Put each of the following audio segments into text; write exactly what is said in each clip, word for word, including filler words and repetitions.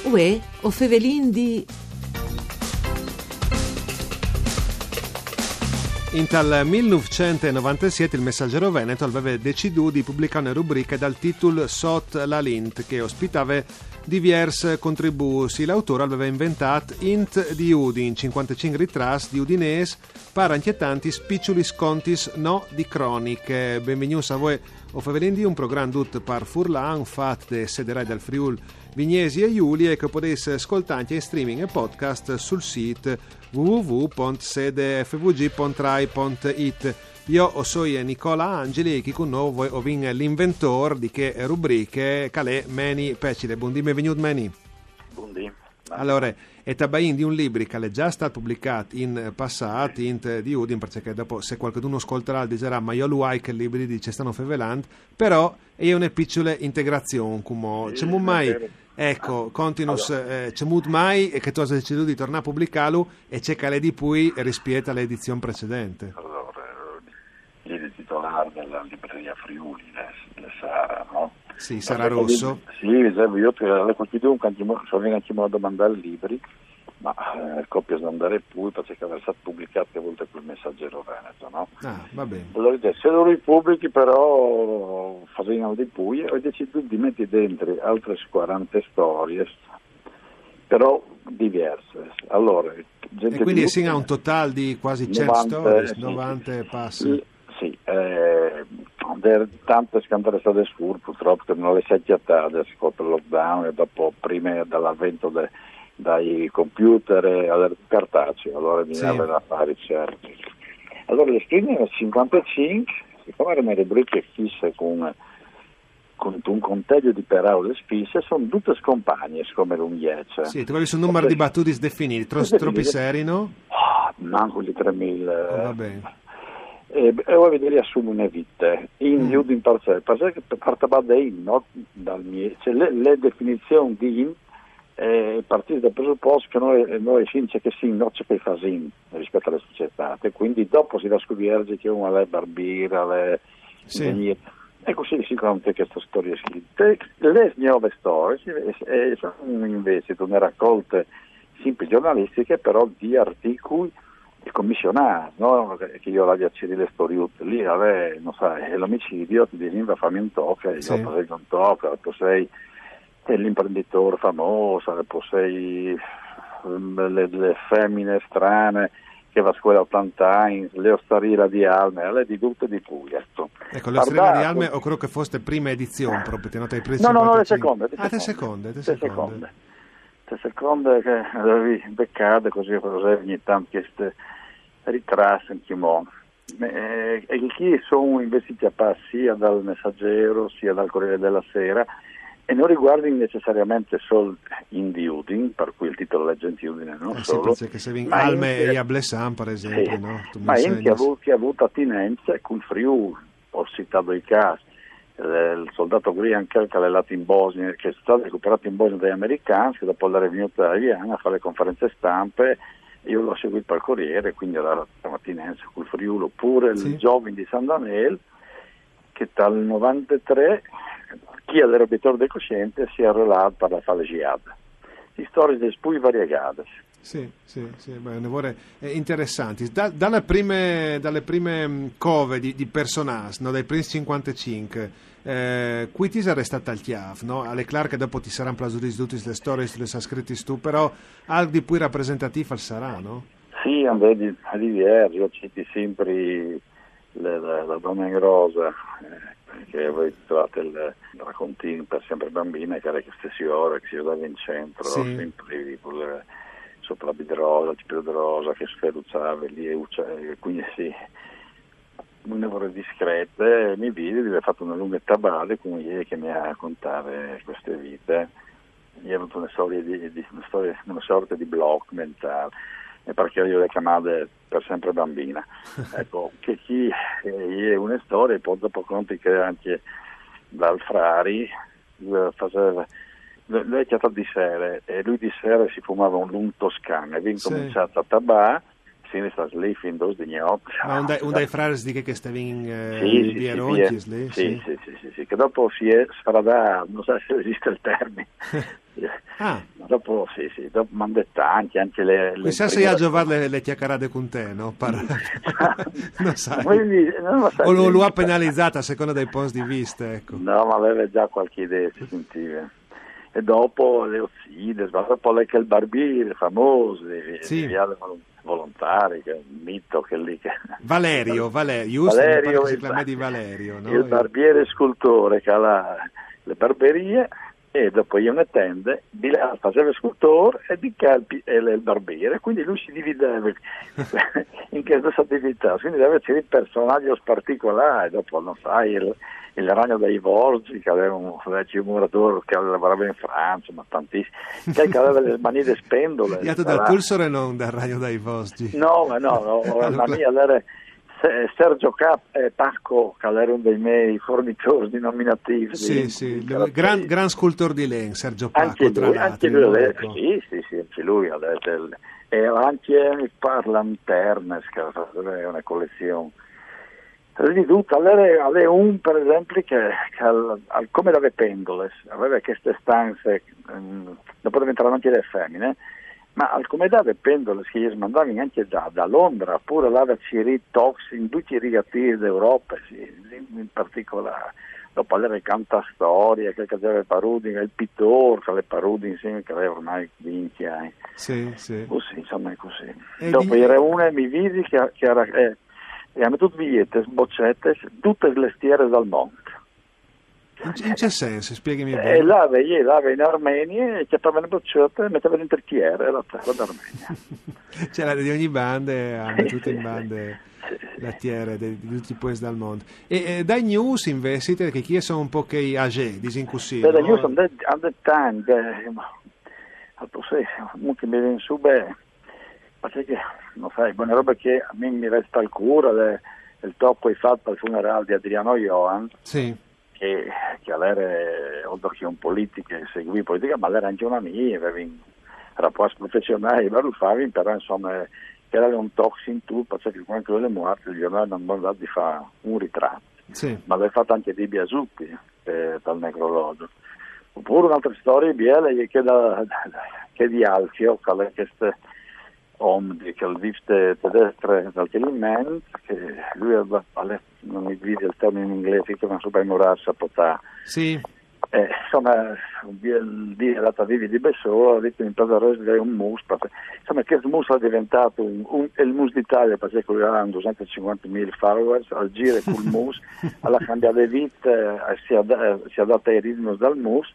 Uè, o fevelin di... In tal millenovecentonovantasette il Messaggero Veneto aveva deciso di pubblicare una rubrica dal titolo Sot la Lint, che ospitava diversi contributi. L'autore aveva inventato int di Udi in cinquantacinque ritras di Udinese per inquietanti spiccioli scontis no di croniche. Benvenuti a voi o favelindi, un programma tutto per Furlan fatto da Sederai del Friul Vignesi e Giulia, e che potete ascoltare anche in streaming e podcast sul sito w w w punto sedefvg punto rai punto it. Io sono Nicola Angeli e chi con noi ho vinto l'inventore di che rubriche calè Meni Pecile. Buondì, benvenuto Meni. Buondì. Allora, è tabain di un libro che è già stato pubblicato in passato, in di Udin, perché dopo se qualcuno ascolterà dirà ma io lo hai che libri dice stanno fevelant, però è una piccola integrazione, come c'è mai, ecco, continuous, eh, c'è mai e che tu hai deciso di tornare a pubblicarlo e c'è che di poi rispetto all'edizione precedente. Allora, il titolare della libreria Friuli, le, le Sara, no? Sì, Sara Rosso. Sì, io le continuo, sono venuto a domandare libri, ma eh, coppie da andare pure perché aveva stato pubblicato a volte quel Messaggero Veneto, no? Ah, va bene. Allora, se lo ripubblichi però facevano di poi ho deciso di mettere dentro altre quaranta storie, però diverse. Allora, gente e quindi di si ha un totale di quasi cento storie, novanta passi. Sì, sì eh, tante scandale state sfur, purtroppo che non le si è chiattate sotto il lockdown e dopo prima dall'avvento de, dai computer e al cartaceo, allora bisognava sì. fare ricerche. Allora le scrive nel cinquantacinque, siccome erano rubriche fisse con, con un conteggio di parole fisse, sono tutte scompagne come l'unghiece. Sì, tu avevi un numero di battute definiti, tro, troppi seri, no? Oh, manco di tremila. Oh, va bene. E ora vi riassumo una vita in mm. in parcella perché partava da in no? dal mie, cioè le, le definizioni di in eh, partite dal presupposto che noi, noi si dice che sì non c'è che fa in rispetto alle società e quindi dopo si va a scoprire che uno le barbira le, sì. le e così si conta queste storie scritte. Le nuove storie eh, sono invece una raccolte semplici giornalistiche però di articoli commissionare, no? Che io l'abbia acceso le storie lì, vabbè, non sai, l'omicidio ti veniva a farmi un tocco, io sì. potrei un tocco, poi sei l'imprenditore famoso, poi sei le, le femmine strane che va a scuola ottanta anni, le osterie di Alme, le di tutte di Puglia. Ecco, le osterie di Alme o credo che fosse prima edizione proprio, ti nota i prezzi? No, no, no, le seconde. Ah, le seconde, le seconde. Le seconde che avevi beccate così, così ogni tanto queste ritrasse in Chimò e chi sono investiti a passi sia dal Messaggero sia dal Corriere della Sera e non riguardano necessariamente solo Indi Udin, per cui il titolo Leggenti Udine non eh solo sì, che se in Alme e a Blessan per esempio sì, no? Tu ma anche ha avuto, avuto attinenza con Friuli, ho citato i casi il soldato Grian che è andato in Bosnia, che è stato recuperato in Bosnia dagli americani, che dopo la venuto da Ian a fare le conferenze stampe. Io l'ho seguito per Corriere, quindi la mattinenza col Friuli, oppure sì. il giovane di San Daniel, che dal novantatré, chi è l'erbitore del cosciente, si è arrelato per la falegiata. Di storie di spui variegate. Sì, sì, sì, beh, vorrei, eh, interessanti. Da, dalle prime, dalle prime cove di, di personaggi, no, dai primi cinquantacinque, eh, qui ti sarei stata al chiaf, no? Alle clar che dopo ti saranno plasuditi tutte le storie, le sa scritti tu, però al di più rappresentativo al sarà, no? Sì, invece di diversi, io citi sempre le, le, la donna in rosa, eh, che avevo trovato il raccontino per sempre bambina, che era che stessi ore, che si vedeva in centro, sì. sempre di quelle sopra la bidrosa, il tipo di rosa che sferuzzava lì e quindi sì, un lavoro discreto e mi vidi di aver fatto una lunga tabale con ieri che mi ha raccontato queste vite. Io ho avuto una storia di, di una, storia, una sorta di blog mentale e perché io le chiamate per sempre bambina. Ecco, che chi è una storia e poi dopo conti che anche dal Frari faceva. Lei è chiamato di sera e lui di sera si fumava un lungo toscano e abbiamo sì. cominciato a tabà si è stato lì fin dos di gnocchi. Ma un dai, un dai frari di che stavi in eh, sì, di sì, Aronchis sì, lì? Sì, sì. Sì, sì, sì, sì, che dopo si è sfradato, non so se esiste il termine. ah, dopo sì, sì, dopo mandetta anche, anche le... le Questa sei a giovare le, le chiacchierate con te, no? Par... non sai. Quindi, non lo sai. O lo, lo ha penalizzata a seconda dei punti di vista, ecco. No, ma aveva già qualche idea, si sentiva. E dopo le Ozzide, dopo lei che il barbiere famoso, sì. di viale volontari, che è un mito che lì che... Valerio, Valerio, Valerio si il, chiama di Valerio, no? Il barbiere scultore che ha la, le barberie, e dopo io ne tende, di là faceva il scultore e di Calpi e il barbiere, quindi lui si divideva in queste attività, quindi deve essere personaggi particolari, dopo non sai, il, il Ragno dei Vosgi, che aveva un vecchio muratore che lavorava in Francia, ma tantissimi, che aveva le manine spendole. Iato dal Pulsore e non dal Ragno dei Vosgi. No, ma no, no, la mia era... Sergio Cap e Pacco, che era uno dei miei fornitori di nominativi. Sì, di, sì, di gran, gran scultore di Len, Sergio Pacco, anche tra lui, l'altro. anche lui ecco. sì, sì, sì, anche lui ha detto, e anche mi parla Lanternes, che è una collezione di tutto. Allora aveva un, per esempio, che, che al, al, come aveva pendole, aveva queste stanze, um, dopo diventavano anche le femmine, ma al come dava pendole che gli mandavano anche da, da Londra, pure là Ciri Tox in tutti i rigativi d'Europa, sì, in particolare. Dopo allora canta storia, che aveva Parudi, il pittore, che le Parudi insieme, che aveva ormai venti anni. Sì, sì. Così, insomma è così. E dopo di... era una, mi vidi che, che era, eh, erano tutte bigliette, boccette, tutte le stiere dal mondo. In che senso? Spiegami bene. E là andava in Armenia e chiappava le boccette e metteva dentro il tiere la terra d'Armenia. C'era di ogni bande, hanno tutte in bande la tiere di, di tutti i paesi del mondo. E, e dai news investite che chi sono un po' che age, disincussi. Dai news hanno detto, comunque mi viene su bene, perché non sai, buone robe che a me mi resta al cuore, le, il tocco è fatto al funerale di Adriano Johan. Sì. che, che era, oltre che un politico che seguì politica, ma era anche un amico, aveva un rapporto professionale, ma lo faceva, però insomma, che era un talk in tutto, perché quando lui è morto, il giornale non ha dato di fare un ritratto, sì. Ma aveva fatto anche di Biasuppi, eh, dal necrologio. Oppure un'altra storia biele che, da, che di Alfio, che è questo uomo che vive tedesco dal Telement, che lui aveva, non mi vede il termine in inglese, che non so per morarsi a potà. Sì. Eh, insomma, il dia data vivi di Bessola, ha detto in pratica un mus, perché, insomma, che il mus è diventato un, un, il mus d'Italia, perché lui ha duecentocinquantamila followers, al giro col mus, alla cambiata di vita, eh, si, ad, si adatta ai ritmi dal mus,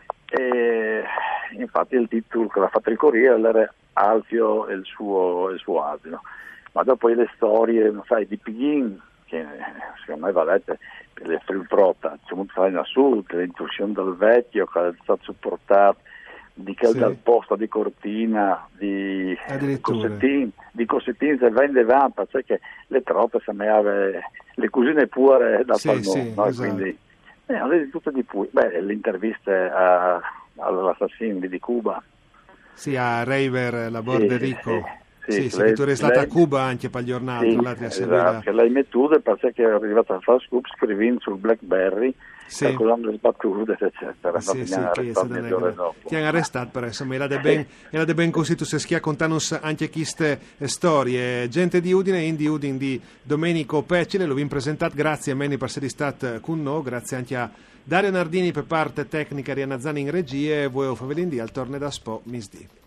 e infatti il titolo che l'ha fatto il Corriere era Alfio e il suo, il suo asino. Ma dopo le storie, non sai, di Pighin, che secondo me va dette per le Friulprota, c'è molto fare da sud, l'intrusione del vecchio che è stato supportato di quel sì. Dal posto di Cortina, di Cossettin, di Cossettin se vende vampa, cioè che le troppe se me ave le cugine pure da sì, Palmone, sì, no? Esatto. Quindi eh, di tutto di più. Beh, le interviste a, all'assassino di Cuba. Sì, a Reiver, la Borderico. Sì, sì. Sì, sì, sì, lei, che tu eri stata lei, a Cuba anche per gli giornali, sì, esatto, che lei mettude perché è arrivata a fare scoop scrivendo sul BlackBerry, sì. Calcolando le battute, eccetera. Sì, sì, che ti hanno arrestato, però insomma, era de ben, era de ben così, tu se schia contano anche queste storie. Gente di Udine, in di Udine di Domenico Peccile, lo vi presentato, grazie a Meni per essere stato con noi, grazie anche a Dario Nardini per parte tecnica, Rianna Zani in regie, voi o Favelindi al torne da Spo, misdi.